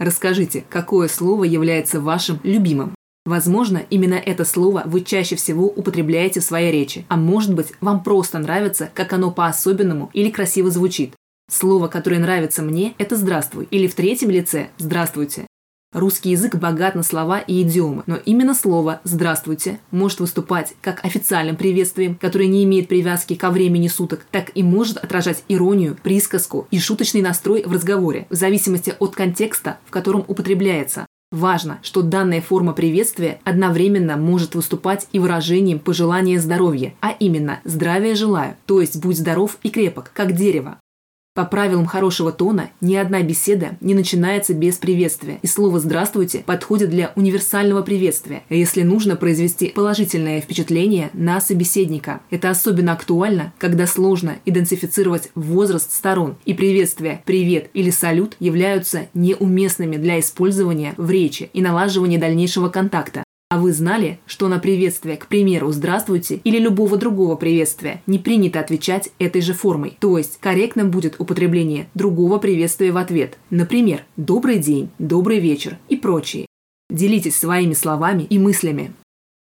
Расскажите, какое слово является вашим любимым. Возможно, именно это слово вы чаще всего употребляете в своей речи, а может быть, вам просто нравится, как оно по-особенному или красиво звучит. Слово, которое нравится мне, это «здравствуй» или в третьем лице «здравствуйте». Русский язык богат на слова и идиомы, но именно слово «здравствуйте» может выступать как официальным приветствием, которое не имеет привязки ко времени суток, так и может отражать иронию, присказку и шуточный настрой в разговоре, в зависимости от контекста, в котором употребляется. Важно, что данная форма приветствия одновременно может выступать и выражением пожелания здоровья, а именно «здравия желаю», то есть «будь здоров и крепок, как дерево». По правилам хорошего тона ни одна беседа не начинается без приветствия, и слово «здравствуйте» подходит для универсального приветствия, если нужно произвести положительное впечатление на собеседника. Это особенно актуально, когда сложно идентифицировать возраст сторон, и приветствия «привет» или «салют» являются неуместными для использования в речи и налаживания дальнейшего контакта. А вы знали, что на приветствие, к примеру, «здравствуйте» или любого другого приветствия не принято отвечать этой же формой, то есть корректным будет употребление другого приветствия в ответ, например, «добрый день», «добрый вечер» и прочие. Делитесь своими словами и мыслями.